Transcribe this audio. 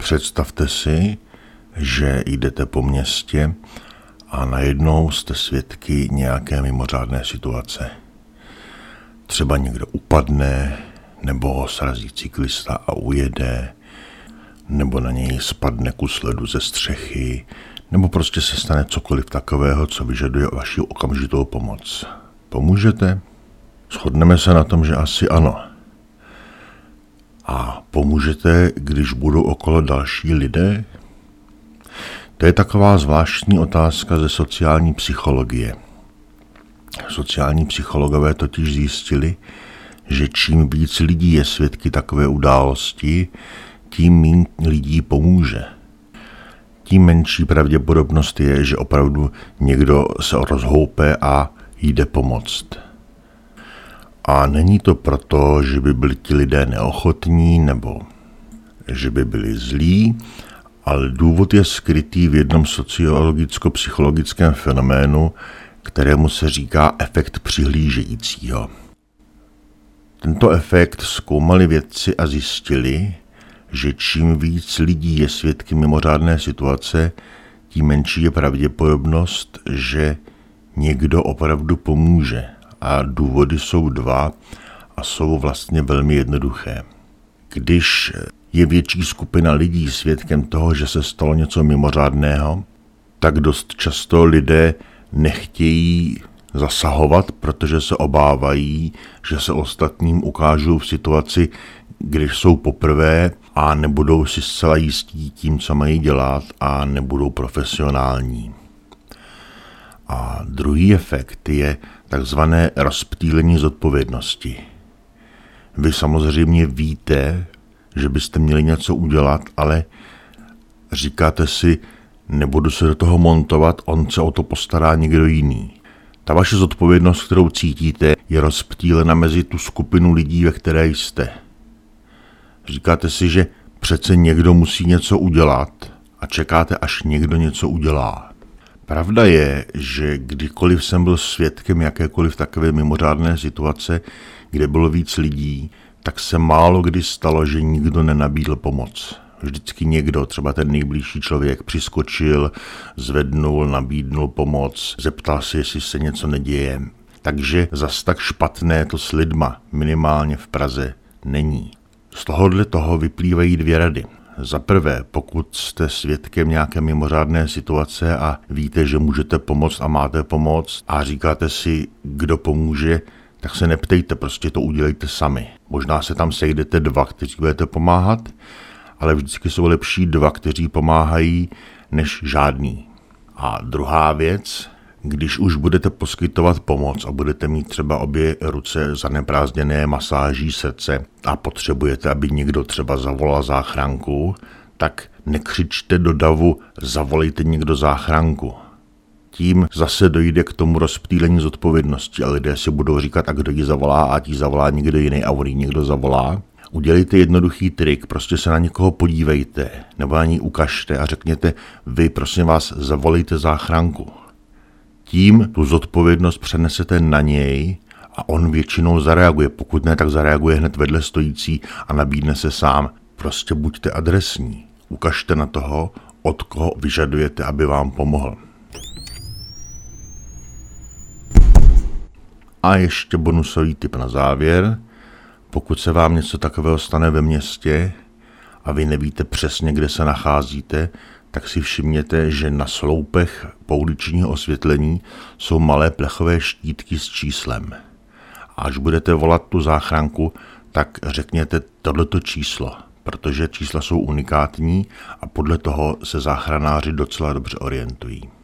Představte si, že jdete po městě a najednou jste svědky nějaké mimořádné situace. Třeba někdo upadne, nebo ho srazí cyklista a ujede, nebo na něj spadne kus ledu ze střechy, nebo prostě se stane cokoliv takového, co vyžaduje vaši okamžitou pomoc. Pomůžete? Shodneme se na tom, že asi ano. A pomůžete, když budou okolo další lidé? To je taková zvláštní otázka ze sociální psychologie. Sociální psychologové totiž zjistili, že čím víc lidí je svědky takové události, tím méně lidí pomůže. Tím menší pravděpodobnost je, že opravdu někdo se rozhoupe a jde pomoct. A není to proto, že by byli ti lidé neochotní nebo že by byli zlí, ale důvod je skrytý v jednom sociologicko-psychologickém fenoménu, kterému se říká efekt přihlížejícího. Tento efekt zkoumali vědci a zjistili, že čím víc lidí je svědky mimořádné situace, tím menší je pravděpodobnost, že někdo opravdu pomůže. A důvody jsou dva a jsou vlastně velmi jednoduché. Když je větší skupina lidí svědkem toho, že se stalo něco mimořádného, tak dost často lidé nechtějí zasahovat, protože se obávají, že se ostatním ukážou v situaci, když jsou poprvé a nebudou si zcela jistí tím, co mají dělat a nebudou profesionální. A druhý efekt je takzvané rozptýlení zodpovědnosti. Vy samozřejmě víte, že byste měli něco udělat, ale říkáte si, nebudu se do toho montovat, on se o to postará někdo jiný. Ta vaše zodpovědnost, kterou cítíte, je rozptýlena mezi tu skupinu lidí, ve které jste. Říkáte si, že přece někdo musí něco udělat a čekáte, až někdo něco udělá. Pravda je, že kdykoliv jsem byl svědkem jakékoliv takové mimořádné situace, kde bylo víc lidí, tak se málo kdy stalo, že nikdo nenabídl pomoc. Vždycky někdo, třeba ten nejbližší člověk, přiskočil, zvednul, nabídnul pomoc, zeptal se, jestli se něco neděje. Takže zas tak špatné to s lidma, minimálně v Praze, není. Z tohohle toho vyplývají dvě rady. Za prvé, pokud jste svědkem nějaké mimořádné situace a víte, že můžete pomoct a máte pomoct a říkáte si, kdo pomůže, tak se neptejte, prostě to udělejte sami. Možná se tam sejdete dva, kteří budete pomáhat, ale vždycky jsou lepší dva, kteří pomáhají, než žádný. A druhá věc, když už budete poskytovat pomoc a budete mít třeba obě ruce zaneprázdněné masáží srdce a potřebujete, aby někdo třeba zavolal záchranku, tak nekřičte do davu, zavolejte někdo záchranku. Tím zase dojde k tomu rozptýlení zodpovědnosti a lidé si budou říkat, a kdo ji zavolá, a ti zavolá někdo jiný a on ji někdo zavolá. Udělejte jednoduchý trik, prostě se na někoho podívejte nebo na ní ukažte a řekněte, vy prosím vás zavolejte záchranku. Tím tu zodpovědnost přenesete na něj a on většinou zareaguje. Pokud ne, tak zareaguje hned vedle stojící a nabídne se sám. Prostě buďte adresní. Ukažte na toho, od koho vyžadujete, aby vám pomohl. A ještě bonusový tip na závěr. Pokud se vám něco takového stane ve městě a vy nevíte přesně, kde se nacházíte, tak si všimněte, že na sloupech pouličního osvětlení jsou malé plechové štítky s číslem. A až budete volat tu záchranku, tak řekněte tohleto číslo, protože čísla jsou unikátní a podle toho se záchranáři docela dobře orientují.